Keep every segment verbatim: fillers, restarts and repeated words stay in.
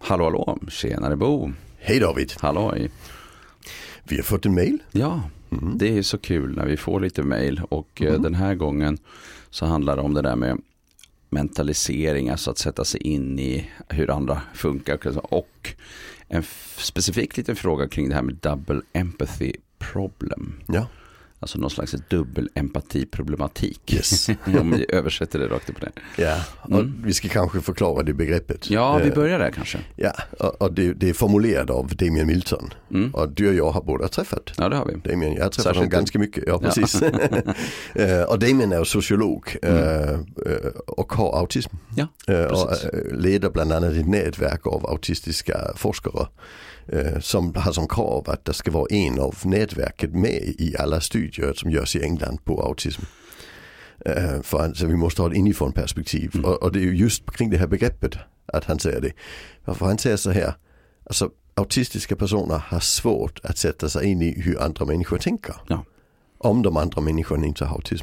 Hallå, hallå. Tjenare Bo. Hej David. Halloj. Vi har fått en mail. Ja, mm. det är så kul när vi får lite mail. Och mm. den här gången så handlar det om det där med mentalisering. Alltså att sätta sig in i hur andra funkar. Och en f- specifik liten fråga kring det här med double empathy problem. Ja. Alltså någon slags dubbelempatiproblematik. Yes. Om vi översätter det rakt upp på det. Ja, och mm. vi ska kanske förklara det begreppet. Ja, vi börjar där kanske. Ja, och, och det, det är formulerat av Damian Milton. Mm. Och du och jag har båda träffat. Ja, det har vi. Damian, jag har träffat Särskilt honom ganska mycket. Ja, precis. Ja. Och Damian är sociolog mm. och har autism. Ja, och leder bland annat ett nätverk av autistiska forskare. Som har som krav att det ska vara en av nätverket med i alla studier som görs i England på autism. Uh, för han, så vi måste ha ett inifrån perspektiv. Mm. Och, och det är ju just kring det här begreppet att han säger det. För han säger så här, alltså autistiska personer har svårt att sätta sig in i hur andra människor tänker. Ja. Om de andra människorna inte har autism.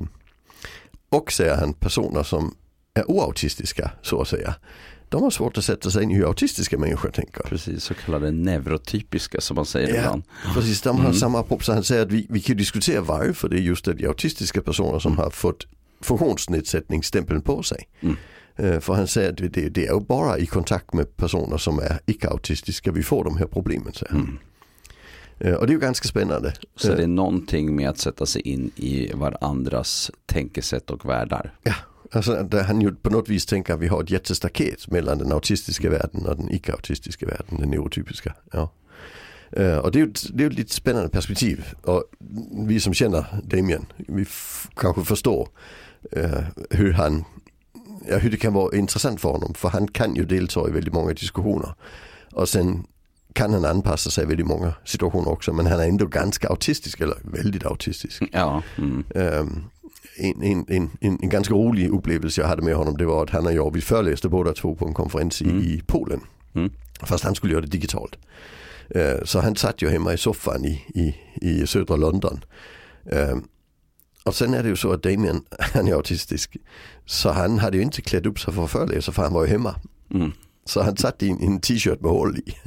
Och säger han, personer som är oautistiska så att säga, de har svårt att sätta sig in i hur autistiska människor tänker. Precis, så kallade neurotypiska som man säger ja, ibland. Precis, de har mm. samma problem. Så han säger att vi, vi kan diskutera varför det är just de autistiska personer som mm. har fått funktionsnedsättningsstämpeln på sig. Mm. Uh, för han säger att det, det är ju bara i kontakt med personer som är icke-autistiska vi får de här problemen. Så. Mm. Uh, och det är ju ganska spännande. Så uh, det är någonting med att sätta sig in i varandras tänkesätt och världar. Ja. Alltså där han ju på något vis tänker att vi har ett jättestaket mellan den autistiska världen och den icke-autistiska världen, den neurotypiska. Ja. Uh, och det är ju det är ett lite spännande perspektiv. Och vi som känner Damian, vi f- kanske förstår uh, hur han, ja, hur det kan vara intressant för honom. För han kan ju delta i väldigt många diskussioner. Och sen kan han anpassa sig i väldigt många situationer också. Men han är ändå ganska autistisk, eller väldigt autistisk. Ja. Mm. Um, En, en, en, en ganska rolig upplevelse jag hade med honom, det var att han och jag, vi föreläste båda två på en konferens i, mm. i Polen. Mm. Fast han skulle göra det digitalt. Uh, så han satt ju hemma i soffan i, i, i södra London. Uh, och sen är det ju så att Damian, han är autistisk. Så han hade ju inte klätt upp sig för att föreläsa, för han var ju hemma. Mm. Så han satt i en, en t-shirt med hål i.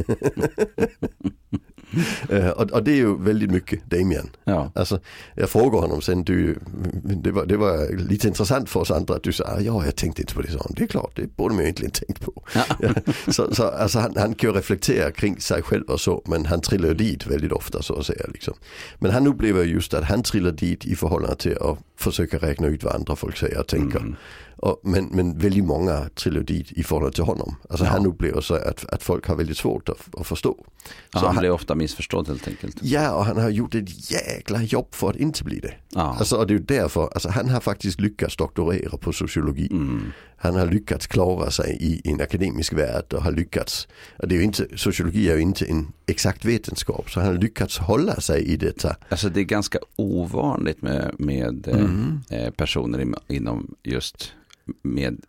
Uh, och, och det är ju väldigt mycket Damian. Ja. Alltså, jag frågar honom sen, du, det, var, det var lite intressant för oss andra att du sa, ja jag tänkte inte på det, så det är klart, det borde man ju egentligen tänkt på. Ja. så så alltså, han, han kan ju reflektera kring sig själv och så, men han trillar dit väldigt ofta så att säga. Liksom. Men han upplever just att han trillar dit i förhållande till att försöka räkna ut vad andra folk säger och tänker. Mm. Och, men, men väldigt många trillar dit i förhållande till honom. Alltså ja. Han upplever så att, att folk har väldigt svårt att, att förstå. Ja, så han blir ofta missförstådd helt enkelt. Ja, och han har gjort ett jäkla jobb för att inte bli det. Ja. Alltså, och det är ju därför, alltså, han har faktiskt lyckats doktorera på sociologi. Mm. Han har lyckats klara sig i en akademisk värld och har lyckats, och det är ju inte, sociologi är ju inte en exakt vetenskap, så han har lyckats hålla sig i detta. Alltså det är ganska ovanligt med, med mm. eh, personer inom just med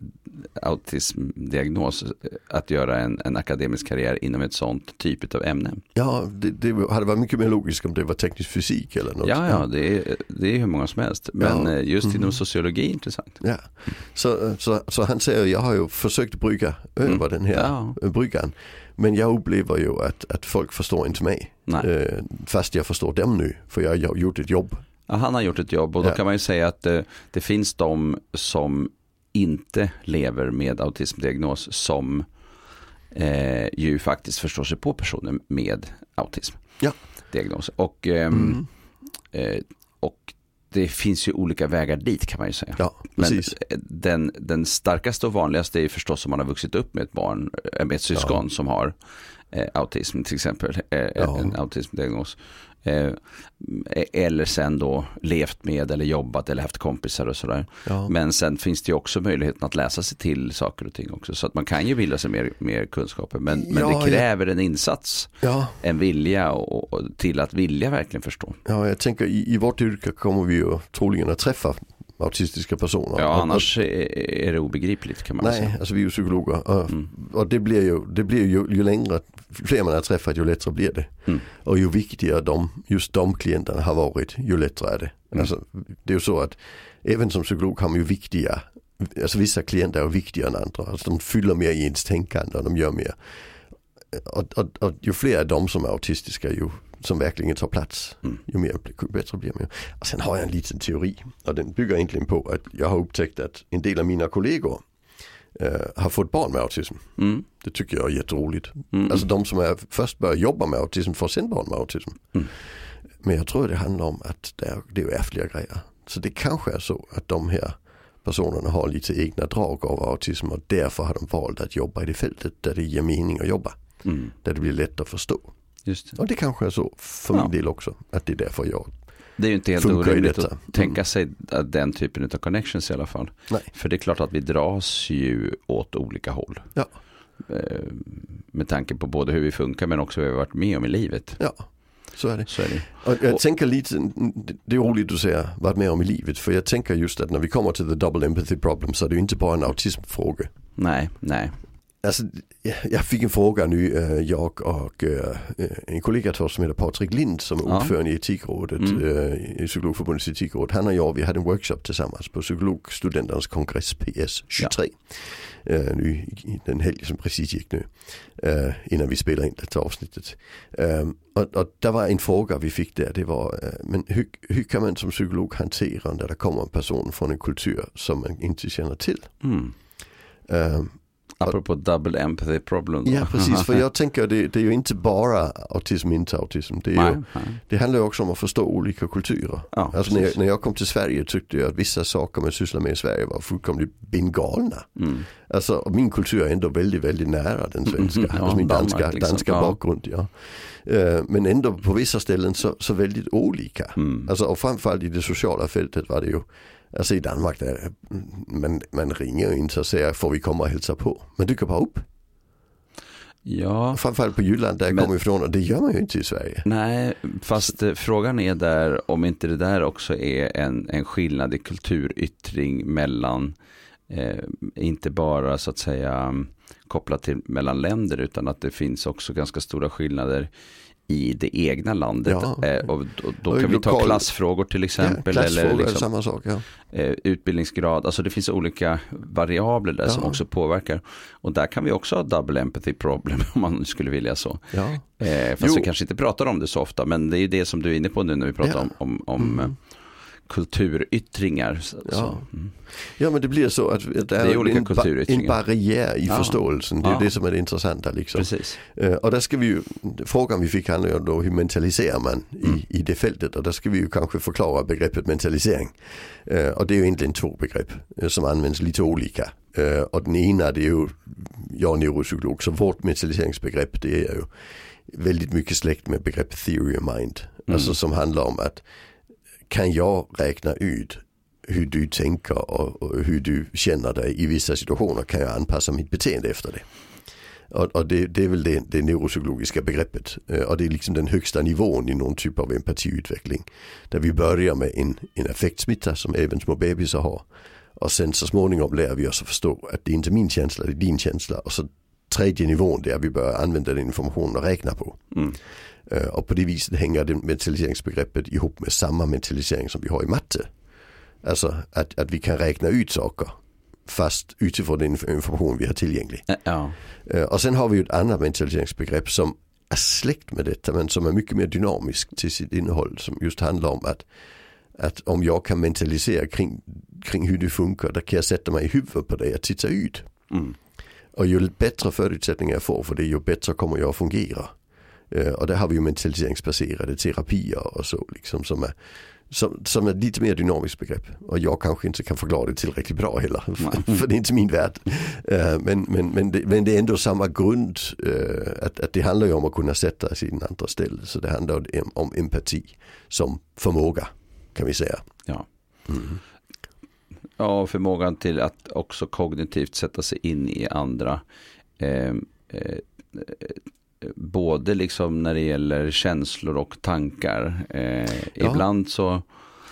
autismdiagnos att göra en, en akademisk karriär inom ett sånt typ av ämne. Ja, det, det hade varit mycket mer logiskt om det var teknisk fysik eller något. Ja, ja, det är, det är hur många som helst. Men ja. just inom mm. sociologi är intressant. Ja, så, så, så han säger, jag har ju försökt brygga över mm. den här ja. bryggan. Men jag upplever ju att, att folk förstår inte mig. Eh, fast jag förstår dem nu, för jag har gjort ett jobb. Ja, han har gjort ett jobb och då ja. kan man ju säga att det, det finns de som inte lever med autismdiagnos som eh, ju faktiskt förstår sig på personer med autismdiagnos. Ja. Och, eh, mm. eh, och det finns ju olika vägar dit kan man ju säga. Ja, men den, den starkaste och vanligaste är ju förstås om man har vuxit upp med ett barn, med ett syskon ja. som har eh, autism till exempel, eh, ja. en autismdiagnos. Eh, eller sen då levt med eller jobbat eller haft kompisar och sådär. Ja. Men sen finns det ju också möjligheten att läsa sig till saker och ting också. Så att man kan ju bilda sig mer, mer kunskaper. Men, men ja, det kräver ja. en insats, ja. en vilja och, och till att vilja verkligen förstå. Ja, jag tänker i, i vårt yrke kommer vi ju troligen att träffa autistiska personer. Ja, annars är det obegripligt kan man nej, säga. Nej, alltså vi är ju psykologer. Och, mm. och det blir ju, det blir ju, ju längre, fler man har träffat, ju lättare blir det. Mm. Och ju viktigare de, just de klienterna har varit, ju lättare är det. Mm. Alltså, det är ju så att även som psykolog har man ju viktiga, alltså vissa klienter är viktigare än andra. Alltså de fyller mer i ens tänkande och de gör mer. och, och, och ju fler av dem som är autistiska ju som verkligen tar plats, mm. ju mer bättre blir man. Och sen har jag en liten teori, och den bygger egentligen på att jag har upptäckt att en del av mina kollegor Uh, har fått barn med autism. Mm. Det tycker jag är jätteroligt. Mm. Alltså de som är först börjar jobba med autism får sen barn med autism. Mm. Men jag tror att det handlar om att det är, det är ärftliga grejer. Så det kanske är så att de här personerna har lite egna drag av autism och därför har de valt att jobba i det fältet där det ger mening att jobba. Mm. Där det blir lätt att förstå. Just det. Och det kanske är så för min ja. del också, att det är därför jag Det är ju inte helt orimligt att mm. tänka sig den typen av connections i alla fall. Nej. För det är klart att vi dras ju åt olika håll. Ja. Med tanke på både hur vi funkar men också hur vi har varit med om i livet. Ja, så är det. Så är det. Och jag och, tänker lite, det är roligt att säga varit med om i livet. För jag tänker just att när vi kommer till the double empathy problem så är det ju inte bara en autismfråga. Nej, nej. Alltså, jag fick en fråga nu, jag och en kollega till oss som heter Patrik Lind som är ja. ordförande i Etikrådet, mm. i Psykologförbundets Etikråd. Han och jag, vi hade en workshop tillsammans på Psykologstudenternas kongress P S tjugotre. Ja. Uh, nu i den helg som precis gick nu, uh, innan vi spelade in det avsnittet. Um, och, och där var en fråga vi fick där, det var, uh, men hur, hur kan man som psykolog hantera när det kommer en person från en kultur som man inte känner till? Mm. Um, Apropå double empathy problem då. Ja, precis. För jag tänker det, det är ju inte bara autism, inte autism. Det, är nej, ju, nej. det handlar ju också om att förstå olika kulturer. Ja, alltså när jag, när jag kom till Sverige tyckte jag att vissa saker man sysslar med i Sverige var fullkomligt bingalna. Mm. Alltså min kultur är ändå väldigt, väldigt nära den svenska. Mm, ja, alltså min danska, Danmark, liksom. danska ja. bakgrund. Ja. Uh, men ändå på vissa ställen så, så väldigt olika. Mm. Alltså, och framförallt i det sociala fältet var det ju alltså i Danmark där man, man ringer inte och säger får vi komma och hälsa på. Man dyker bara upp. Ja. Framförallt på Jylland där jag kommer ifrån och det gör man ju inte i Sverige. Nej, fast så. Frågan är där om inte det där också är en, en skillnad i kulturyttring mellan eh, inte bara så att säga kopplat till mellan länder utan att det finns också ganska stora skillnader i det egna landet. Ja. Eh, och då, då kan och vi lokal... ta klassfrågor till exempel. Ja, klassfrågor eller liksom, är samma sak. Ja. Eh, utbildningsgrad. Alltså det finns olika variabler där ja. som också påverkar. Och där kan vi också ha double empathy problem om man skulle vilja så. Ja. Eh, fast jo. vi kanske inte pratar om det så ofta. Men det är ju det som du är inne på nu när vi pratar ja. om, om, om mm. kulturyttringar. Så. Ja. Mm. ja, men det blir så att, att det är, det är olika en, kulturyttringar. en barriär i ja. förståelsen. Det är ja. det som är det intressanta. Liksom. Precis. Uh, och där ska vi ju, frågan vi fick handlar ju då hur mentaliserar man mm. i, i det fältet. Och där ska vi ju kanske förklara begreppet mentalisering. Uh, och det är ju egentligen två begrepp uh, som används lite olika. Uh, och den ena det är ju, jag är neuropsykolog, så vårt mentaliseringsbegrepp det är ju väldigt mycket släkt med begreppet theory of mind. Mm. Alltså som handlar om att kan jag räkna ut hur du tänker och, och hur du känner dig i vissa situationer kan jag anpassa mitt beteende efter det. Och, och det, det är väl det, det neuropsykologiska begreppet. Och det är liksom den högsta nivån i någon typ av empatiutveckling. Där vi börjar med en, en affektsmitta som även små bebisar har. Och sen så småningom lär vi oss att förstå att det är inte min känsla, det är din känsla. Och så tredje nivån där vi börjar använda den informationen och räkna på. Mm. Uh, och på det viset hänger det mentaliseringsbegreppet ihop med samma mentalisering som vi har i matte. Alltså att, att vi kan räkna ut saker fast utifrån den information vi har tillgänglig. Ja. Uh, och sen har vi ju ett annat mentaliseringsbegrepp som är släkt med detta men som är mycket mer dynamiskt till sitt innehåll som just handlar om att, att om jag kan mentalisera kring, kring hur det funkar, då kan jag sätta mig i huvudet på det och titta ut. Mm. Och ju bättre förutsättningar jag får för det, ju bättre kommer jag att fungera. Uh, och där har vi ju mentaliseringsbaserade terapier och så liksom som är, som, som är lite mer dynamiskt begrepp. Och jag kanske inte kan förklara det tillräckligt bra heller, för, för det är inte min värld. Uh, men, men, men, det, men det är ändå samma grund, uh, att, att det handlar ju om att kunna sätta sig i en andra ställe. Så det handlar om, om empati som förmåga, kan vi säga. Ja. Mm. Ja, förmågan till att också kognitivt sätta sig in i andra eh, eh, både liksom när det gäller känslor och tankar. Eh, ja. Ibland så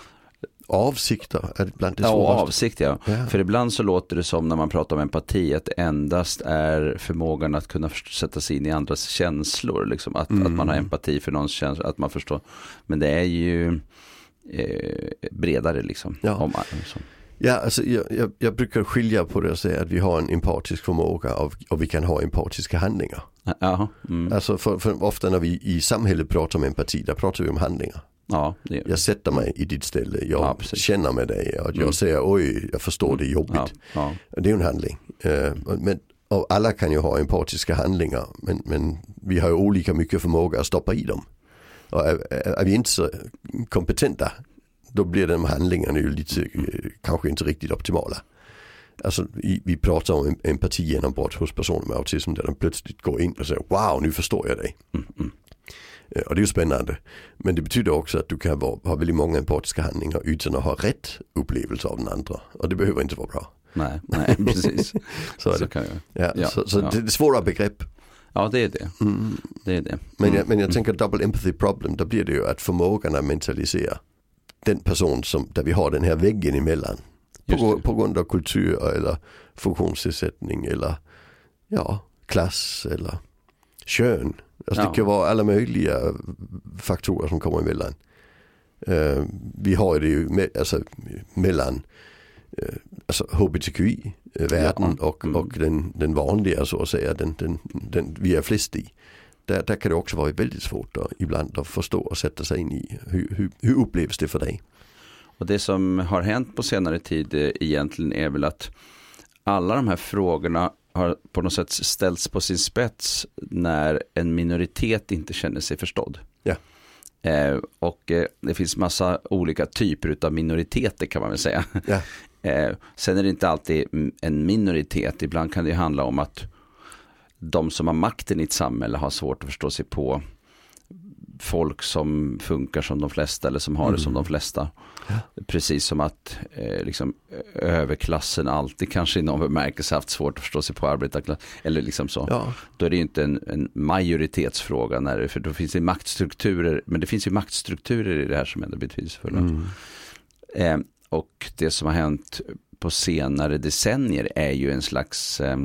avsikter är ibland det ja, avsikt, ja. ja. För ibland så låter det som när man pratar om empati att det endast är förmågan att kunna sätta sig in i andras känslor. Liksom. Att, mm. att man har empati för någons känslor, att man förstår. Men det är ju eh, bredare liksom. Ja. Om, liksom. Ja, alltså jag, jag, jag brukar skilja på det och säga att vi har en empatisk förmåga och, och vi kan ha empatiska handlingar. Ja, mm. Alltså för, för ofta när vi i samhället pratar om empati, där pratar vi om handlingar. Ja, det... Jag sätter mig i ditt ställe, jag ja, känner med dig och jag mm. säger oj, jag förstår det är jobbigt. Ja, ja. Det är en handling. Uh, men, och alla kan ju ha empatiska handlingar, men, men vi har ju olika mycket förmåga att stoppa i dem. Och är, är vi inte så kompetenta, då blir de handlingarna ju lite, kanske inte riktigt optimala. Alltså vi pratar om empati genombrott hos personer med autism där de plötsligt går in och säger wow, nu förstår jag dig. Mm, mm. Och det är ju spännande. Men det betyder också att du kan vara, ha väldigt många empatiska handlingar utan att ha rätt upplevelse av den andra. Och det behöver inte vara bra. Nej, nej precis. så är det. Så, kan jag. Ja, ja, så, så ja. Det är svåra begrepp. Ja, det är det. Mm. Det är det. Men, jag, men jag tänker double empathy problem, då blir det ju att förmågan att mentalisera den person som, där vi har den här väggen emellan. På, på grund av kultur eller funktionsnedsättning eller ja, klass eller kön. Alltså ja. Det kan vara alla möjliga faktorer som kommer emellan. Uh, vi har det ju med, alltså, mellan uh, alltså H B T Q I-världen ja. och, mm. och den, den vanliga så att säga, den, den, den vi är flest i. Där, där kan det också vara väldigt svårt att, ibland att förstå och sätta sig in i hur, hur, hur upplevs det för dig. Och det som har hänt på senare tid egentligen är väl att alla de här frågorna har på något sätt ställts på sin spets när en minoritet inte känner sig förstådd. Ja. Eh, och eh, det finns massa olika typer av minoriteter kan man väl säga. Ja. Eh, sen är det inte alltid en minoritet. Ibland kan det handla om att de som har makten i ett samhälle har svårt att förstå sig på folk som funkar som de flesta eller som har mm. det som de flesta. Ja. Precis som att eh, liksom, överklassen alltid kanske i någon bemärkelse haft svårt att förstå sig på arbetarklass. Eller liksom så. Ja. Då är det ju inte en, en majoritetsfråga. När det, för då finns det maktstrukturer. Men det finns ju maktstrukturer i det här som ändå är betydelsefulla. Mm. Eh, och det som har hänt på senare decennier är ju en slags... Eh,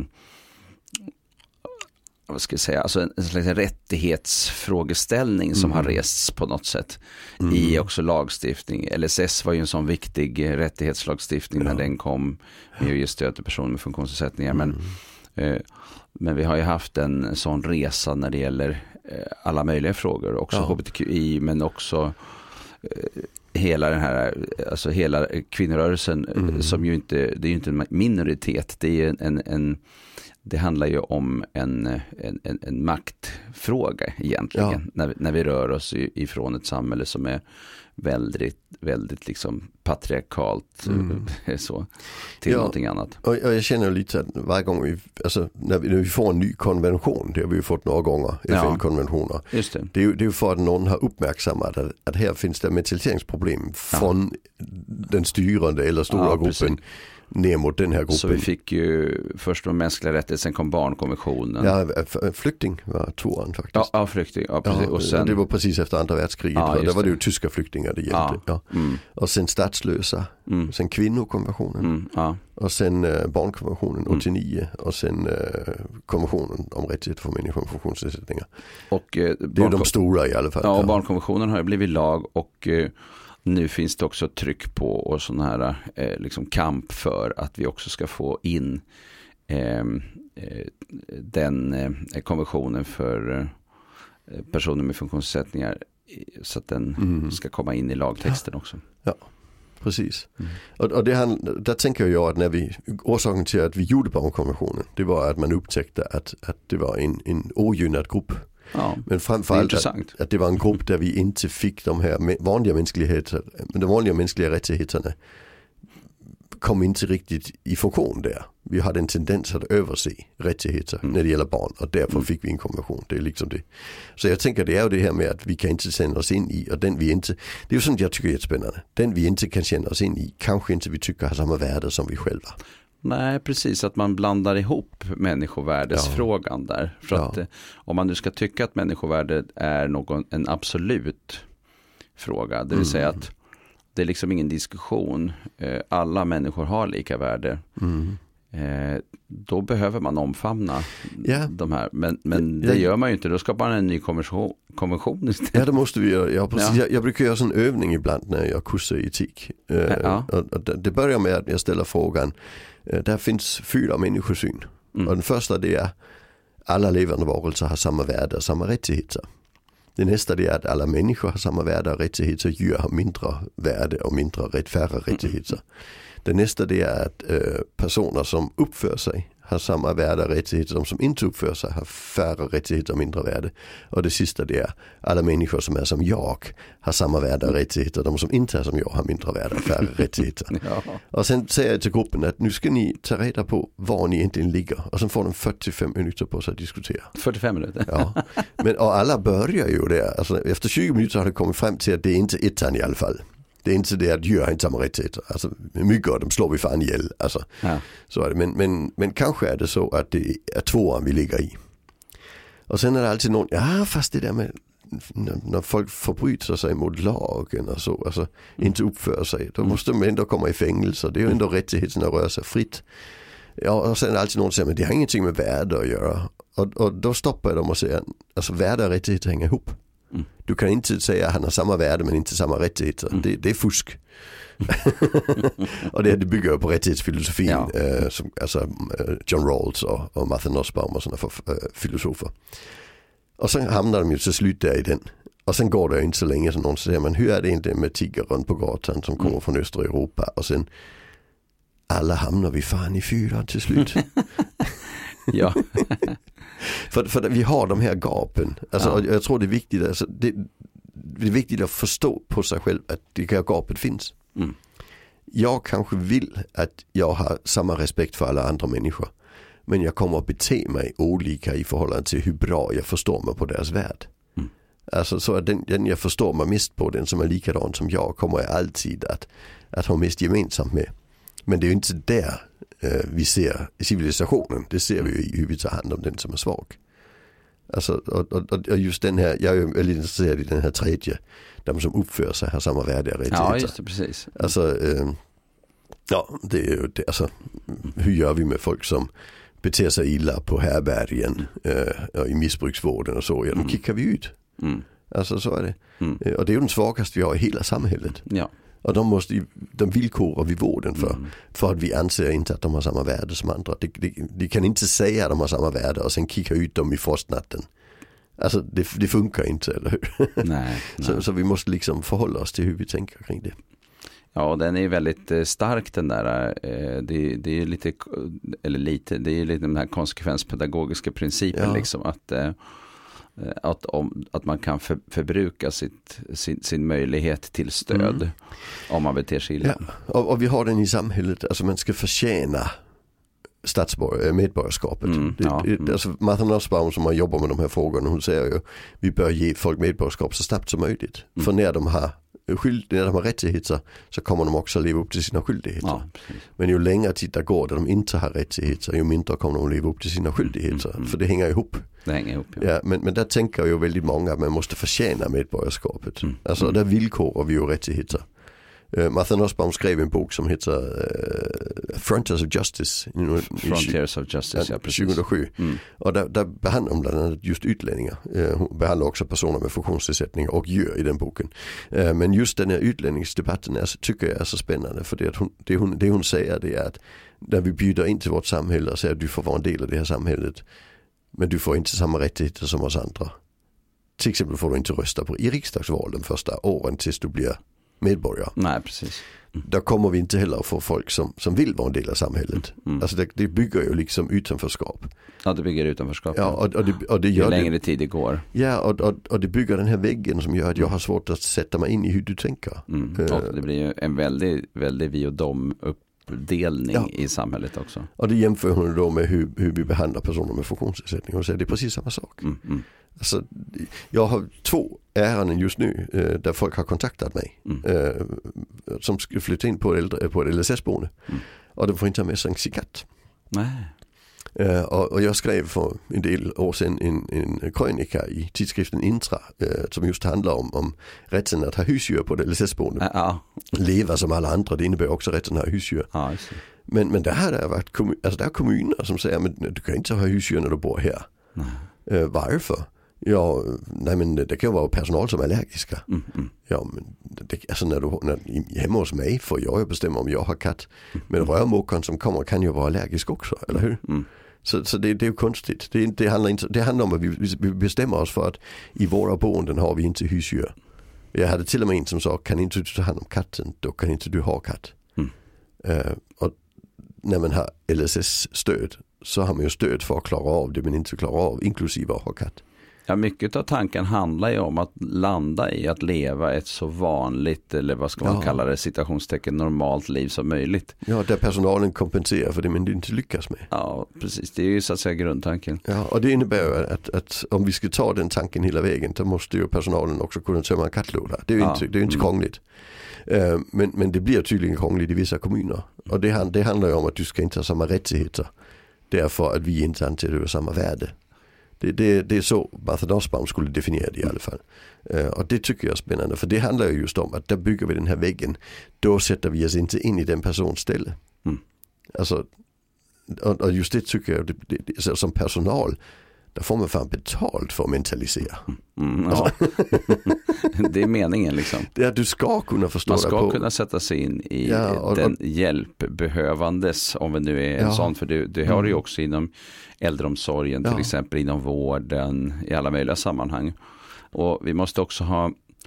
vad ska jag säga, alltså en, en slags rättighetsfrågeställning mm. som har rests på något sätt mm. i också lagstiftning. L S S var ju en sån viktig rättighetslagstiftning ja. när den kom med att ge stöd till personer med funktionsnedsättningar. Mm. Men, eh, men vi har ju haft en sån resa när det gäller eh, alla möjliga frågor, också ja. H B T Q I men också eh, hela den här, alltså hela kvinnorörelsen mm. som ju inte, det är ju inte en minoritet, det är en, en, en det handlar ju om en, en, en, en maktfråga egentligen. Ja. När, när vi rör oss ifrån ett samhälle som är väldigt, väldigt liksom patriarkalt mm. så, till ja. någonting annat. Och jag känner lite att varje gång vi, alltså, när vi, när vi får en ny konvention, det har vi ju fått några gånger, F N-konventioner. Ja. Just det. Det är ju det är för att någon har uppmärksammat att, att här finns det mentaliseringsproblem från ja. den styrande eller stora ja, gruppen. Precis. Ner mot den här gruppen. Så vi fick ju först de mänskliga rättigheter, sen kom barnkonventionen. Ja, flykting var tvåan faktiskt. Ja, ja flykting. Ja, precis. Ja, och sen... Det var precis efter andra världskriget. Ja, där var det ju tyska flyktingar det gällde. Ja. Ja. Mm. Och sen statslösa. Mm. Sen kvinnokonventionen. Mm. Ja. Och sen eh, barnkonventionen åttionio. Mm. Och sen eh, konventionen om rättigheter för människor med funktionsnedsättningar. Och, eh, barnkon... Det är de stora i alla fall. Ja, och barnkonventionen har ju blivit lag och... Eh, nu finns det också tryck på och sån här eh, liksom kamp för att vi också ska få in eh, eh, den eh, konventionen för eh, personer med funktionsnedsättningar så att den mm. ska komma in i lagtexten också. Ja, precis. Mm. Och, och det här, där tänker jag att när vi, orsaken till att vi gjorde barnkonventionen, det var att man upptäckte att, att det var en, en ogynnad grupp. Ja, men framförallt att, att det var en grupp där vi inte fick de här vanliga mänskligheter, de vanliga mänskliga rättigheterna kom inte riktigt i funktion där. Vi hade en tendens att överse rättigheter mm. när det gäller barn och därför mm. fick vi en konvention. Det är liksom det. Så jag tänker det är ju det här med att vi kan inte känna oss in i och den vi inte, det är ju sånt jag tycker är jättespännande. Den vi inte kan känna oss in i kanske inte vi tycker har samma värde som vi själva. Nej, precis. Att man blandar ihop människovärdesfrågan ja. där. För att ja. om man nu ska tycka att människovärdet är någon, en absolut fråga, det vill mm. säga att det är liksom ingen diskussion. Alla människor har lika värde. Mm. Då behöver man omfamna yeah. de här. Men, men det gör man ju inte. Då skapar man en ny konvention, konvention istället. Ja, det måste vi göra. Ja, precis. Ja. Jag, jag brukar göra en övning ibland när jag kursar i etik. Ja. Och det börjar med att jag ställer frågan. Där finns fyra människosyn. Mm. Och den första det är alla levande varelser har samma värde och samma rättigheter. Det nästa det är att alla människor har samma värde och rättigheter, djur har mindre värde och mindre rättfärdiga rättigheter. Det nästa det är att äh, personer som uppför sig har samma värde och rättigheter, de som inte uppför sig har färre rättigheter och mindre värde. Och det sista det är alla människor som är som jag har samma värde och rättigheter, de som inte är som jag har mindre värde och färre rättigheter. Ja. Och sen säger jag till gruppen att nu ska ni ta reda på var ni egentligen ligger, och sen får de fyrtiofem minuter på sig att diskutera. fyrtiofem minuter? Ja, men och alla börjar ju där, alltså efter tjugo minuter har det kommit fram till att det är inte ettan i alla fall. Det är inte det att djur har inte samma rättigheter. Alltså, mycket av dem slår vi fan ihjäl. Alltså, ja. Så är det. Men, men, men kanske är det så att det är tvåan vi ligger i. Och sen är det alltid någon, ja fast det där med när, när folk förbryter sig mot lagen och så, alltså mm. inte uppför sig, då måste de ändå komma i fängelse. Det är ju ändå rättigheten att röra sig fritt. Ja, och sen är det alltid någon som säger, men det har ingenting med värde att göra. Och, och då stoppar de och säger, alltså värde och rättigheter hänger ihop. Mm. Du kan inte säga att han har samma värde men inte samma rättigheter. Mm. Det, det är fusk. Och det, det bygger på rättighetsfilosofin, ja. eh, som, alltså John Rawls och, och Martha Nussbaum och sådana för, eh, filosofer. Och sen hamnar de ju till slut där i den. Och sen går det inte så länge som någon säger, men hur är det inte med tiggaren på gatan som kommer mm. från östra Europa? Och sen alla hamnar vi fan i fyran till slut. Ja. för, för vi har de här gapen. Alltså, ja. Jag tror det är viktigt, alltså, det, det är viktigt att förstå på sig själv att det här gapet finns. Mm. Jag kanske vill att jag har samma respekt för alla andra människor, men jag kommer att bete mig olika i förhållande till hur bra jag förstår mig på deras värld. Mm. Alltså så att den, den jag förstår mig mest på, den som är likadan som jag, kommer jag alltid att, att ha mest gemensamt med. Men det är ju inte där eh, vi ser civilisationen. Det ser vi ju i hur vi tar hand om den som är svag. Alltså, och, och, och just den här, jag är ju väldigt intresserad i den här tredje, de som uppför sig har samma värde och rättigheter. Ja, just det, precis. Alltså, eh, ja, det är ju det, alltså, hur gör vi med folk som beter sig illa på härbergen eh, i missbruksvården och så, ja, då kickar vi ut. Mm. Alltså så är det. Mm. Och det är ju den svagaste vi har i hela samhället. Ja. Och de måste, de villkorar vi vården för, mm. för att vi anser inte att de har samma värde som andra. De, de, de kan inte säga att de har samma värde och sen kicka ut dem i frostnatten. Alltså det, det funkar inte, eller hur? Nej, så, nej. så vi måste liksom förhålla oss till hur vi tänker kring det. Ja, den är väldigt stark den där, det, det är lite, eller lite, det är lite den här konsekvenspedagogiska principen, ja. Liksom att Att, om, att man kan för, förbruka sitt, sin, sin möjlighet till stöd mm. om man beter sig illa. Ja. Och, och vi har den i samhället, alltså man ska förtjäna statsborg- medborgarskapet. Mm, ja, det, mm. alltså Martha Nussbaum som har jobbat med de här frågorna, hon säger ju vi bör ge folk medborgarskap så snabbt som möjligt. Mm. För när de har skyld, när de har rättigheter så kommer de också leva upp till sina skyldigheter. Ja, men ju längre tid det går där de inte har rättigheter, ju mindre kommer de leva upp till sina skyldigheter. Mm, mm. För det hänger ihop. Det hänger ihop, ja. Ja, men, men där tänker ju väldigt många att man måste förtjäna medborgarskapet. Mm. Alltså mm. där villkorar vi ju rättigheter. Uh, Martha Nussbaum skrev en bok som heter uh, Frontiers of Justice. Frontiers of Justice, ja, precis. tjugohundrasju. Mm. Och där, där behandlar hon bland annat just utlänningar. Uh, hon behandlar också personer med funktionsnedsättningar och djur i den boken. Uh, men just den här utlänningsdebatten är, tycker jag är så spännande. För det, att hon, det, hon, det hon säger det är att när vi bjuder in till vårt samhälle och säger att du får vara en del av det här samhället, men du får inte samma rättigheter som oss andra. Till exempel får du inte rösta på i riksdagsvalen första åren tills du blir medborgare. Nej, precis. Mm. Där kommer vi inte heller att få folk som, som vill vara en del av samhället. Mm. Alltså det, det bygger ju liksom utanförskap. Ja, det bygger utanförskap. Ja, och, och det, och det gör ju längre det, tid det går. Ja, och, och, och det bygger den här väggen som gör att jag har svårt att sätta mig in i hur du tänker. Mm. Och det blir ju en väldigt, väldigt vi och dom uppdelning ja. I samhället också. Och det jämför hon då med hur, hur vi behandlar personer med funktionsnedsättning och säger det är precis samma sak. Mm. Mm. Alltså, jag har två ärenden just nu eh, där folk har kontaktat mig mm. eh, som skulle flytta in på, äldre, på ett L S S-boende mm. och de får inte ha med sig en cigatt. Nej. Eh, och, och jag skrev för en del år sedan en, en krönika i tidskriften Intra eh, som just handlar om, om rätten att ha husdjur på ett L S S-boende. Ja. Leva som alla andra, det innebär också rätten att ha husdjur. Ja, men, men där har det varit kommun, alltså där är kommuner som säger men du kan inte ha husdjur när du bor här. Nej. Eh, varför? Ja, nej men det kan ju vara personal som är allergiska. Mm, mm. Ja, men det, alltså när du, när, hemma hos mig får jag ju bestämma om jag har katt. Men rörmokaren som kommer kan ju vara allergisk också, eller hur? Mm. Så, så det, det är ju konstigt. Det, det, handlar inte, det handlar om att vi, vi bestämmer oss för att i våra boenden har vi inte husdjur. Jag hade till och med en som sa, kan inte du ta hand om katten, då kan inte du ha katt. Mm. Uh, och när man har L S S-stöd så har man ju stöd för att klara av det, men inte klara av, inklusive att ha katt. Ja, mycket av tanken handlar ju om att landa i att leva ett så vanligt, eller vad ska man ja. kalla det, citationstecken, normalt liv som möjligt. Ja, där personalen kompenserar för det men det inte lyckas med. Ja, precis. Det är ju så att säga grundtanken. Ja, och det innebär att, att om vi ska ta den tanken hela vägen, då måste ju personalen också kunna tömma en kattlåda. Det är ju ja. inte, det är ju inte mm. krångligt. Uh, men, men det blir tydligen krångligt i vissa kommuner. Och det, det handlar ju om att du ska inte ha samma rättigheter. Därför att vi inte anser att du har samma värde. Det, det, det är så Martha Nussbaum skulle definiera det i alla fall. Uh, och det tycker jag är spännande. För det handlar ju just om att där bygger vi den här väggen. Då sätter vi oss inte in i den persons ställe. Mm. Alltså, och, och just det tycker jag, det, det, det, som personal, där får man fan betalt för att mentalisera. Mm, ja. Det är meningen liksom. Det är att du ska kunna förstå. Man ska på. kunna sätta sig in i ja, och, den hjälpbehövandes, om vi nu är en ja. sån. För det, det har mm. du ju också inom äldreomsorgen, till ja. exempel inom vården, i alla möjliga sammanhang. Och vi måste också ha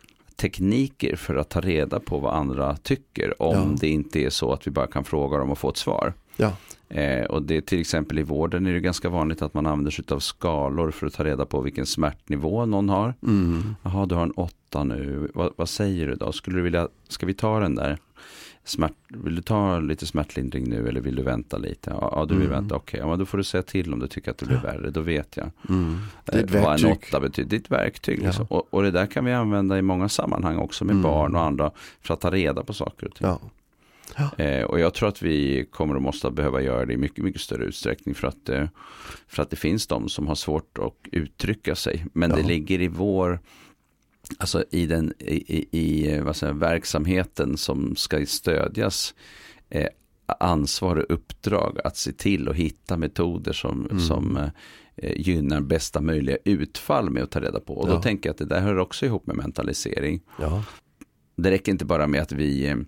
tekniker för att ta reda på vad andra tycker, om ja. det inte är så att vi bara kan fråga dem och få ett svar. Ja. Eh, och det till exempel i vården är det ganska vanligt att man använder sig av skalor för att ta reda på vilken smärtnivå någon har. Mm. Jaha, du har en åtta nu. Va, vad säger du då? Skulle du vilja, ska vi ta den där? Smärt, vill du ta lite smärtlindring nu eller vill du vänta lite? Ja, ja du vill mm. vänta. Okej, okay. Ja, då får du säga till om du tycker att det blir värre. Då vet jag. Mm. Det är ett verktyg. Vad en åtta betyder. Det är ett verktyg. Ja. Liksom. Och, och det där kan vi använda i många sammanhang också med mm. barn och andra för att ta reda på saker och ting. Ja. Ja. Eh, och jag tror att vi kommer att måste behöva göra det i mycket, mycket större utsträckning för att, eh, för att det finns de som har svårt att uttrycka sig. Men ja. det ligger i vår, alltså i den i, i vad säger, verksamheten som ska stödjas, eh, ansvar och uppdrag att se till och hitta metoder som, mm. som eh, gynnar bästa möjliga utfall med att ta reda på. Och ja. då tänker jag att det där hör också ihop med mentalisering. Ja. Det räcker inte bara med att vi eh,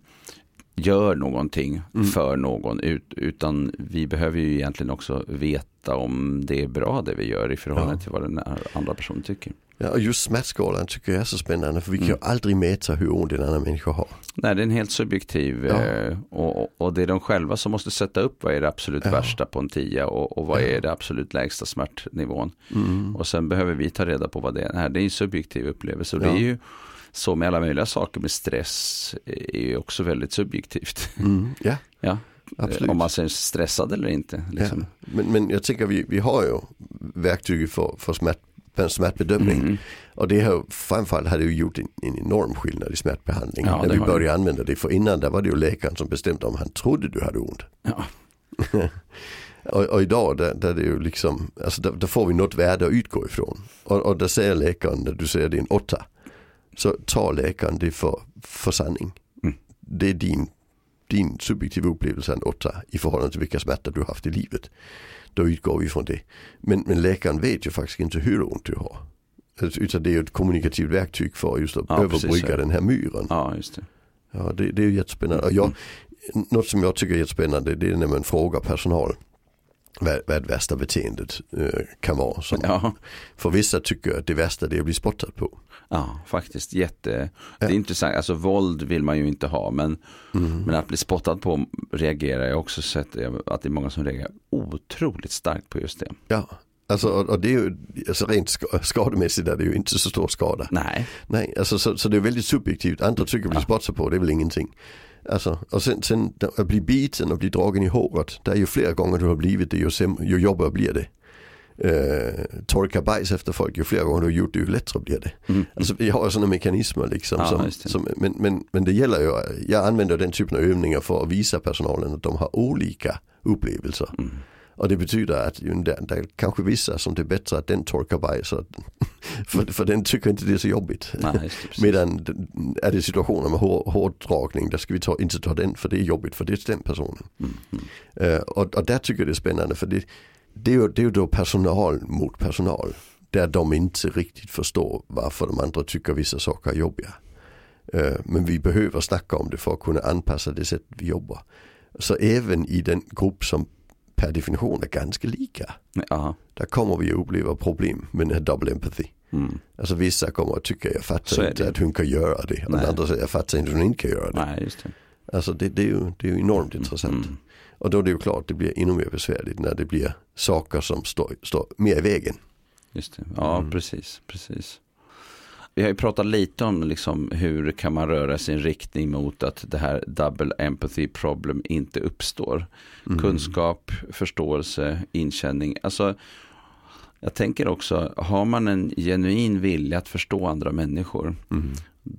gör någonting mm. för någon ut, utan vi behöver ju egentligen också veta om det är bra det vi gör i förhållande ja. till vad den andra personen tycker. Ja, och just smärtskalan tycker jag är så spännande, för vi kan mm. ju aldrig mäta hur ont en annan människa har. Nej, det är en helt subjektiv ja. eh, och, och det är de själva som måste sätta upp vad är det absolut ja. värsta på en tia och, och vad ja. är det absolut lägsta smärtnivån. Mm. Och sen behöver vi ta reda på vad det är. Det här, det är en subjektiv upplevelse och ja. det är ju så med alla möjliga saker, med stress är ju också väldigt subjektivt. Mm, ja, ja. Absolut. Om man är stressad eller inte. Liksom. Ja. Men, men jag tänker vi, vi har ju verktyg för, för smärt, smärtbedömning. Mm. Och det har framförallt hade ju gjort en, en enorm skillnad i smärtbehandling. Ja, när vi började det. använda det. För innan där var det ju läkaren som bestämde om han trodde du hade ont. Ja. och, och idag där, där det är ju liksom, alltså där, där får vi något värde att utgå ifrån. Och, och där säger läkaren, när du säger det är en åtta, så tar läkaren det för, för sanning. Mm. Det är din, din subjektiva upplevelse en åtta i förhållande till vilka smärta du har haft i livet. Då utgår vi från det. Men, men läkaren vet ju faktiskt inte hur ont du har. Utan det är ju ett kommunikativt verktyg för just att ja, överbrygga precis, den här myren. Ja, just det. Ja, det, det är ju jättespännande. Och jag, något som jag tycker är jättespännande, det är när man frågar personal vad, vad det värsta beteendet eh, kan vara. Som, ja. För vissa tycker att det värsta det är att bli spottad på. Ja, faktiskt jätte, det är ja. intressant. Alltså våld vill man ju inte ha, men, mm. men att bli spottad på reagerar jag också sett att det är många som reagerar otroligt starkt på just det. Ja, alltså och det är ju alltså rent skademässigt är det ju inte så stor skada. Nej. Nej, alltså så, så det är väldigt subjektivt. Andra tycker att bli ja. spottad på, det är väl ingenting. Alltså, och sen, sen att bli biten och bli dragen i håret, det är ju flera gånger du har blivit det, ju, sem, ju jobbigare blir det. Uh, torka bajs efter folk, ju flera gånger du har gjort det, ju lättare blir det. Mm. Alltså vi har sådana mekanismer liksom. Ja, som, som, men, men, men det gäller ju, jag använder den typen av övningar för att visa personalen att de har olika upplevelser. Mm. Och det betyder att ju, där, där kanske vissa som det är bättre att den torkar bajs för, för den tycker inte det är så jobbigt. Nej, medan är det situationer med hår, hårdragning, där ska vi ta, inte ta den för det är jobbigt för det är den personen. Mm. Mm. Uh, och, och där tycker jag det är spännande för det Det är, ju, det är ju då personal mot personal. Där de inte riktigt förstår varför de andra tycker vissa saker är jobbiga. Uh, men vi behöver snacka om det för att kunna anpassa det sätt vi jobbar. Så även i den grupp som per definition är ganska lika. Ja. Där kommer vi att uppleva problem med den här double empathy. Mm. Alltså vissa kommer att tycka jag fattar inte att hon kan göra det. Och andra säger jag fattar inte att hon inte kan göra det. Nej, just det. Alltså det, det, är ju, det är ju enormt intressant. Mm. Och då är det ju klart det blir ännu mer besvärligt när det blir saker som står, står mer i vägen. Just det, ja mm. precis, precis. Vi har ju pratat lite om liksom hur kan man röra sig i en riktning mot att det här double empathy problem inte uppstår. Mm. Kunskap, förståelse, inkänning. Alltså jag tänker också, har man en genuin vilja att förstå andra människor mm.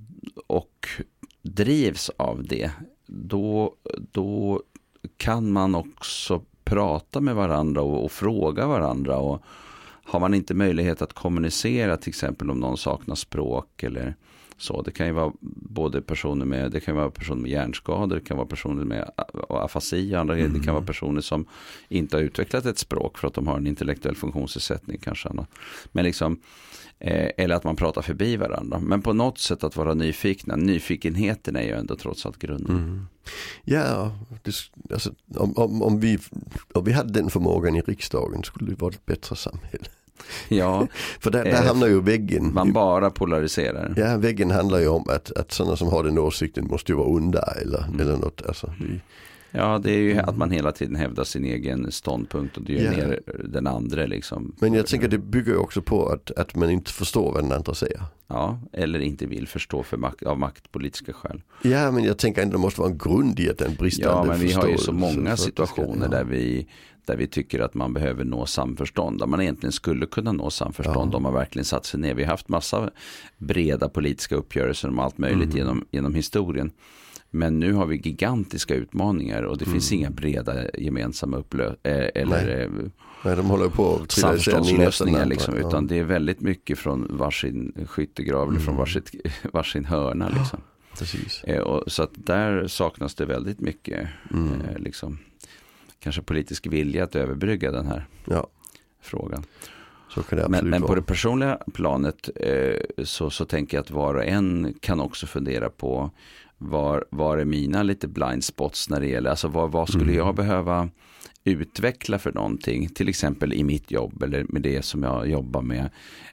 och drivs av det, då, då kan man också prata med varandra och, och fråga varandra. Och har man inte möjlighet att kommunicera till exempel om någon saknar språk eller så, det kan ju vara både personer med, det kan vara personer med hjärnskador, det kan vara personer med afasi och andra grejer, mm. det kan vara personer som inte har utvecklat ett språk för att de har en intellektuell funktionsnedsättning kanske. Men liksom, eh, eller att man pratar förbi varandra. Men på något sätt att vara nyfikna, nyfikenheten är ju ändå trots allt grunden. Mm. Ja, det, alltså, om, om, om, vi, om vi hade den förmågan i riksdagen skulle det vara ett bättre samhälle. Ja, för där, där hamnar ju väggen. Man bara polariserar. Ja, väggen handlar ju om att, att sådana som har den åsikten måste ju vara onda eller, mm. eller något. Alltså, vi, ja, det är ju att man hela tiden hävdar sin egen ståndpunkt och det gör yeah. ner den andra liksom. Men jag tänker att det bygger ju också på att, att man inte förstår vad den andra säger. Ja, eller inte vill förstå för makt, av maktpolitiska skäl. Ja, men jag tänker att det måste vara en grund i att den bristande Ja, men vi har ju så många situationer ska, ja. där vi där vi tycker att man behöver nå samförstånd. Där man egentligen skulle kunna nå samförstånd ja. om man verkligen satt sig ner. Vi har haft massa breda politiska uppgörelser om allt möjligt mm. genom, genom historien. Men nu har vi gigantiska utmaningar och det mm. finns inga breda gemensamma upplö- äh, eller Nej. Nej, de håller på att samförståndslösningar liksom, ja. utan det är väldigt mycket från varsin skyttegrav mm. eller från varsitt, varsin hörna liksom. Precis. Eh, och, så att där saknas det väldigt mycket mm. eh, liksom, kanske politisk vilja att överbrygga den här ja. frågan. Så kan det men, men på vara. det personliga planet eh, så, så tänker jag att var och en kan också fundera på var, var är mina lite blind spots när det gäller, alltså vad, vad skulle mm. jag behöva utveckla för någonting, till exempel i mitt jobb eller med det som jag jobbar med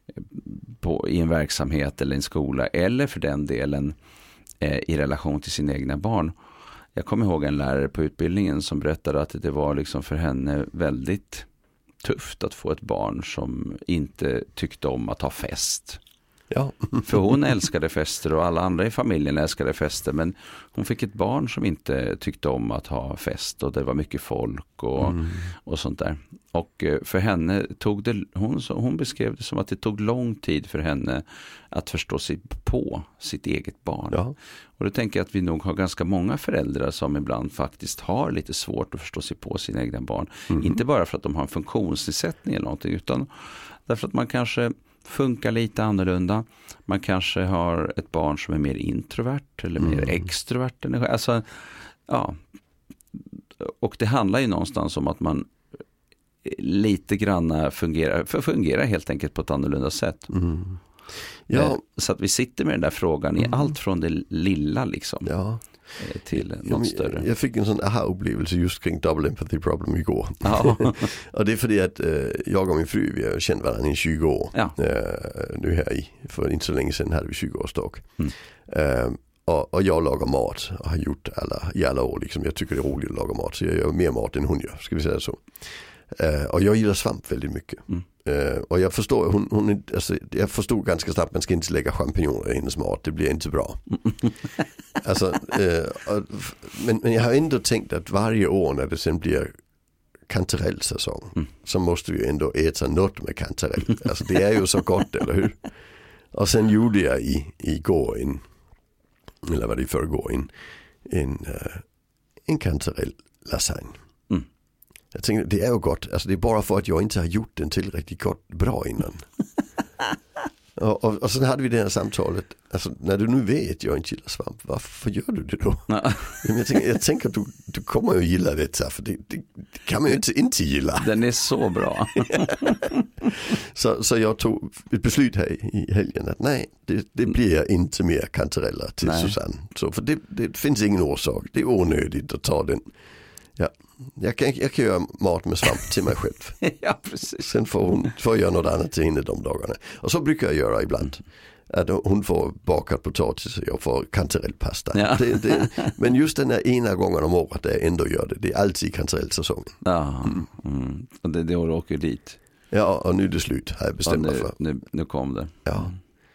på, i en verksamhet eller en skola eller för den delen eh, i relation till sina egna barn. Jag kommer ihåg en lärare på utbildningen som berättade att det var liksom för henne väldigt tufft att få ett barn som inte tyckte om att ha fest. Ja. För hon älskade fester och alla andra i familjen älskade fester, men hon fick ett barn som inte tyckte om att ha fest och det var mycket folk och, mm. och sånt där. Och för henne tog det, hon, hon beskrev det som att det tog lång tid för henne att förstå sig på sitt eget barn. Ja. Och då tänker jag att vi nog har ganska många föräldrar som ibland faktiskt har lite svårt att förstå sig på sina egna barn. Mm. Inte bara för att de har en funktionsnedsättning eller någonting, utan därför att man kanske funkar lite annorlunda. Man kanske har ett barn som är mer introvert eller mer mm. extrovert. Alltså, ja. Och det handlar ju någonstans om att man lite grann fungerar, för fungerar helt enkelt på ett annorlunda sätt. Mm. Ja. Så att vi sitter med den där frågan mm. i allt från det lilla liksom. Ja. Till något jag, större. Jag fick en sån aha-upplevelse just kring double empathy problem igår. Ja. Och det är för att eh, jag och min fru, vi har känt varandra i tjugo år. Ja. Eh, nu här i, för inte så länge sedan hade vi tjugo-årsdag. Mm. Eh, och, och jag lagar mat och har gjort alla, i alla år. Liksom. Jag tycker det är roligt att laga mat, så jag gör mer mat än hon gör, ska vi säga så. Uh, och jag gillar svamp väldigt mycket. Mm. Uh, och jag förstår, hon, hon, alltså, jag förstod ganska snabbt att man ska inte lägga champinjoner i hennes mat. Det blir inte så bra. alltså, uh, och, men, men jag har ändå tänkt att varje år när det sen blir kantarellsäsong mm. så måste vi ändå äta något med kantarell. Alltså det är ju så gott, eller hur? Och sen gjorde jag i, igår en, eller vad det i förrgår, en, en, uh, en kantarell-lasagne. Jag tänkte, det är ju gott. Alltså det är bara för att jag inte har gjort den tillräckligt gott, bra innan. och, och, och sen hade vi det här samtalet. Alltså när du nu vet att jag inte gillar svamp, varför gör du det då? jag, tänker, jag tänker att du, du kommer ju gilla det, för det, det, det kan man ju inte, inte gilla. Den är så bra. så, så jag tog ett beslut här i helgen att nej, det, det blir inte mer kantareller till nej. Susanne. Så, för det, det finns ingen orsak. Det är onödigt att ta den Ja, jag kan, jag kan göra mat med svamp till mig själv. Ja, precis. Sen får hon får göra något annat till henne de dagarna. Och så brukar jag göra ibland. Att hon får bakad potatis och jag får kantarellpasta. Ja. Det, det, men just den här ena gången om året där jag ändå gör det. Det är alltid kantarellsäsongen. Ja, mm. Mm. Och det, det åker dit. Ja, och nu är det slut. Har jag bestämt mig för. Nu, nu kom det. Ja,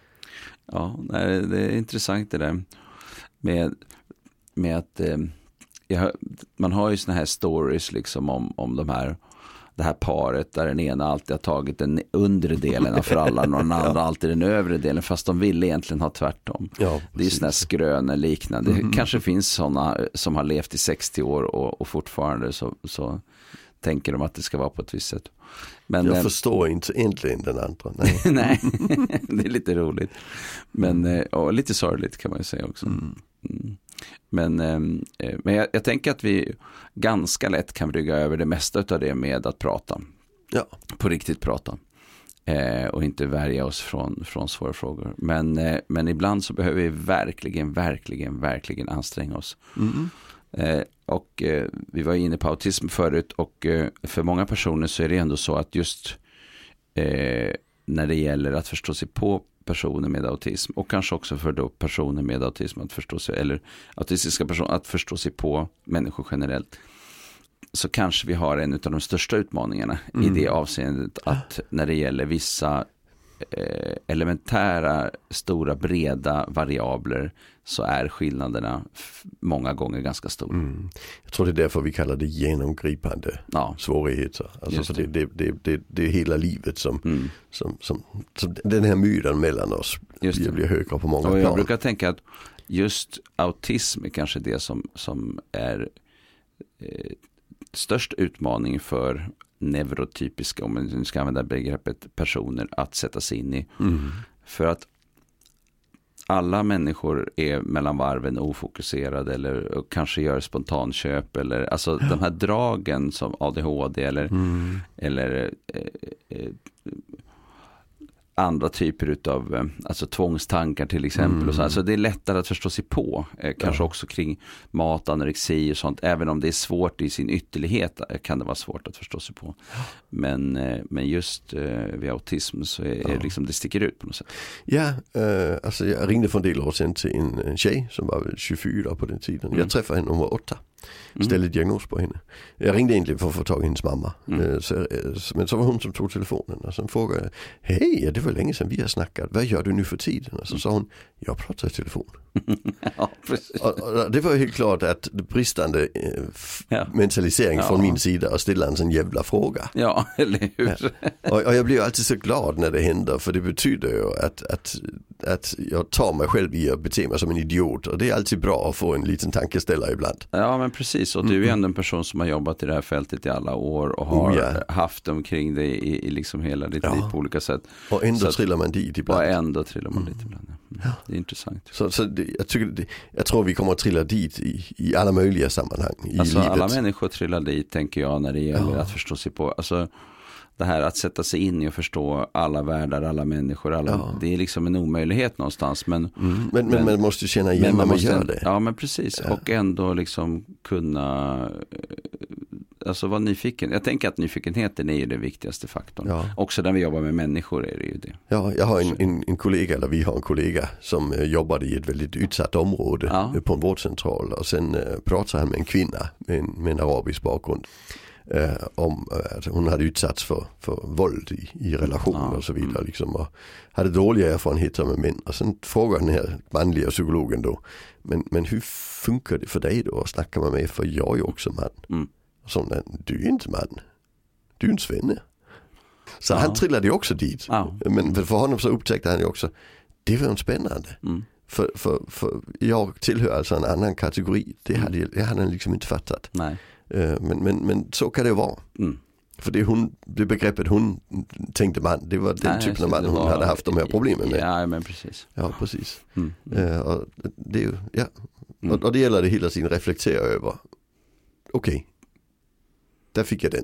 ja nej, det är intressant det där. Med, med att eh, jag, man har ju såna här stories liksom om, om de här det här paret där den ena alltid har tagit den undre delen av frallan och den andra ja. alltid den övre delen, fast de vill egentligen ha tvärtom. Ja, det är såna här skrönor liknande. Mm. Det kanske finns sådana som har levt i sextio år och, och fortfarande så, så tänker de att det ska vara på ett visst sätt. Men, jag förstår inte egentligen den andra. Nej, nej det är lite roligt. Men, och lite sorgligt kan man ju säga också. Mm. Mm. Men, eh, men jag, jag tänker att vi ganska lätt kan brygga över det mesta av det med att prata. Ja. På riktigt prata. Eh, och inte värja oss från, från svåra frågor. Men, eh, men ibland så behöver vi verkligen, verkligen, verkligen anstränga oss. Mm. Eh, och eh, vi var inne på autism förut och eh, för många personer så är det ändå så att just eh, när det gäller att förstå sig på personer med autism och kanske också för då personer med autism att förstå sig, eller autistiska personer att förstå sig på människor generellt, så kanske vi har en av de största utmaningarna mm. i det avseendet att när det gäller vissa eh, elementära, stora, breda variabler så är skillnaderna f- många gånger ganska stora. Mm. Jag tror det är därför vi kallar det genomgripande ja. svårigheter. Alltså för det, det, det, det, det är hela livet som, mm. som, som, som den här myran mellan oss blir, blir högre på många och plan. Jag brukar tänka att just autism är kanske det som, som är eh, störst utmaning för neurotypiska, om man nu ska använda begreppet, personer att sätta sig in i. Mm. För att alla människor är mellan varven ofokuserade eller kanske gör spontanköp eller alltså ja. de här dragen som A D H D eller, mm. eller eh, eh, andra typer utav alltså tvångstankar till exempel. Mm. Och så. Alltså det är lättare att förstå sig på. Eh, kanske ja. också kring mat, anorexi och sånt. Även om det är svårt i sin ytterlighet kan det vara svårt att förstå sig på. Men, eh, men just eh, vid autism så är, ja. är liksom, det sticker ut på något sätt. Ja, eh, alltså jag ringde för en del år sedan till en, en tjej som var tjugofyra på den tiden. Mm. Jag träffade henne när hon var åtta. Ställde mm. diagnos på henne. Jag ringde egentligen för att få tag i hennes mamma. Mm. Så, men så var hon som tog telefonen och sen frågade jag, hej, det var länge sedan vi har snackat. Vad gör du nu för tiden? Och så sa hon, jag pratar i telefon. Ja, precis. Och, och det var helt klart att det bristande eh, f- ja. mentalisering ja. från min sida att ställa en sån jävla fråga. Ja, eller hur? Ja. Och, och jag blir alltid så glad när det händer, för det betyder ju att, att, att jag tar mig själv i att bete mig som en idiot. Och det är alltid bra att få en liten tankeställare ibland. Ja, men precis. Och du är ändå en person som har jobbat i det här fältet i alla år och har oh, ja. haft omkring dig i, i liksom hela ditt ja. liv på olika sätt. Och ändå så trillar man dit ibland. Och ändå trillar man mm. dit ibland. Mm. Ja. Det är intressant. Så, så det, jag, tycker det, jag tror vi kommer att trilla dit i, i alla möjliga sammanhang i alltså livet. Alla människor trillar dit, tänker jag, när det gäller ja. att förstå sig på. Alltså det här att sätta sig in i och förstå alla världar, alla människor, alla, ja. det är liksom en omöjlighet någonstans. Men, mm. men, men, men man måste känna igen när man måste, gör det. Ja, men precis. Ja. Och ändå liksom kunna alltså vara nyfiken. Jag tänker att nyfikenheten är ju den viktigaste faktorn. Ja. Också när vi jobbar med människor är det ju det. Ja, jag har en, en, en kollega, eller vi har en kollega som uh, jobbade i ett väldigt utsatt område ja. på en vårdcentral. Och sen uh, pratade han med en kvinna med en, med en arabisk bakgrund. Uh, om uh, att hon hade utsatts för, för våld i, i relationer ja. och så vidare. Mm. Liksom, och hade dåliga erfarenheter med män. Och sen frågade den här manliga psykologen då, men, men hur funkar det för dig då att snacka med mig? För jag är ju också man. Mm. Sån, du är inte man. Du är inte svenne. Så ja. han trillade ju också dit. Ja. Men för honom så upptäckte han ju också, det var ju spännande. Mm. För, för, för jag tillhör alltså en annan kategori. Det hade, mm. det hade han liksom inte fattat. Nej. Men, men, men så kan det vara. Mm. För det, hon, det begreppet hon tänkte man, det var den Nej, typen av man hon var, hade haft de här problemen med. Ja, men precis. Ja, precis. Mm. Mm. Och, det, ja. Mm. Och, och det gäller det hela tiden reflektera över. Okej. Okay. Där fick jag den.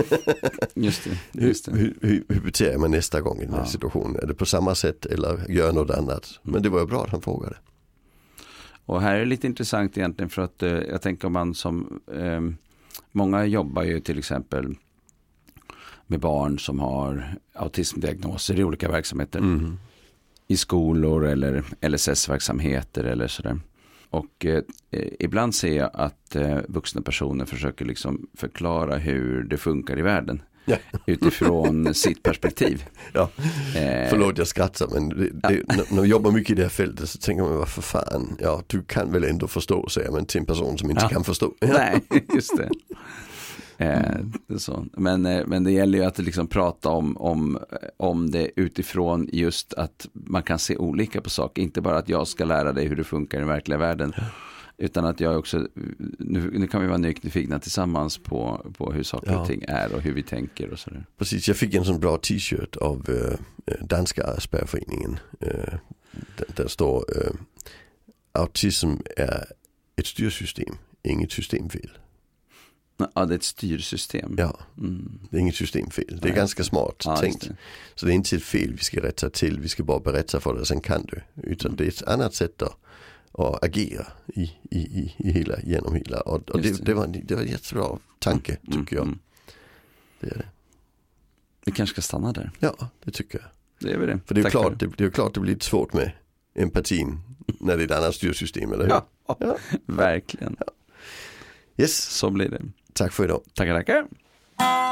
Just det. Just det. Hur, hur, hur beter jag mig nästa gång i den här ja. situationen? Är det på samma sätt eller gör något annat? Men det var ju bra att han frågade. Och här är det lite intressant egentligen för att eh, jag tänker om man som eh, många jobbar ju till exempel med barn som har autismdiagnoser i olika verksamheter. Mm. I skolor eller L S S-verksamheter eller sådär. Och eh, ibland ser jag att eh, vuxna personer försöker liksom förklara hur det funkar i världen. Ja. Utifrån sitt perspektiv. Ja, förlåt jag skrattar, men det, det, ja. när man jobbar mycket i det här fältet så tänker man, vad för fan, ja, du kan väl ändå förstå, säger man till en person som inte ja. kan förstå. Ja. Nej, just det. Eh, så. Men, eh, men det gäller ju att liksom prata om, om, om det utifrån just att man kan se olika på saker. Inte bara att jag ska lära dig hur det funkar i den verkliga världen. Utan att jag också, nu, nu kan vi vara nyfikna tillsammans på, på hur saker ja. och ting är och hur vi tänker och sådär. Precis, jag fick en sån bra t-shirt av äh, Danska Aspergerföreningen. Äh, där, där står äh, autism är ett styrsystem, inget systemfel. Ja, det är ett styrsystem. Ja, mm. det är inget systemfel. Det är ja, ganska smart ja, tänkt. Det. Så det är inte ett fel vi ska rätta till, vi ska bara berätta för det, sen kan du. Utan det är ett annat sätt då. Och agera i, i, i, i hela, genom hela. Och, och det, det. Det, var, det var en jättebra tanke, mm, tycker jag. Mm. Det är det. Vi kanske ska stanna där. Ja, det tycker jag. Det är väl det. För det är, klart, det, det är klart det blir lite svårt med empatin när det är ett annat styrsystem, eller hur? Ja, ja. Verkligen. Ja. Yes. Så blir det. Tack för idag. Tackar, tackar.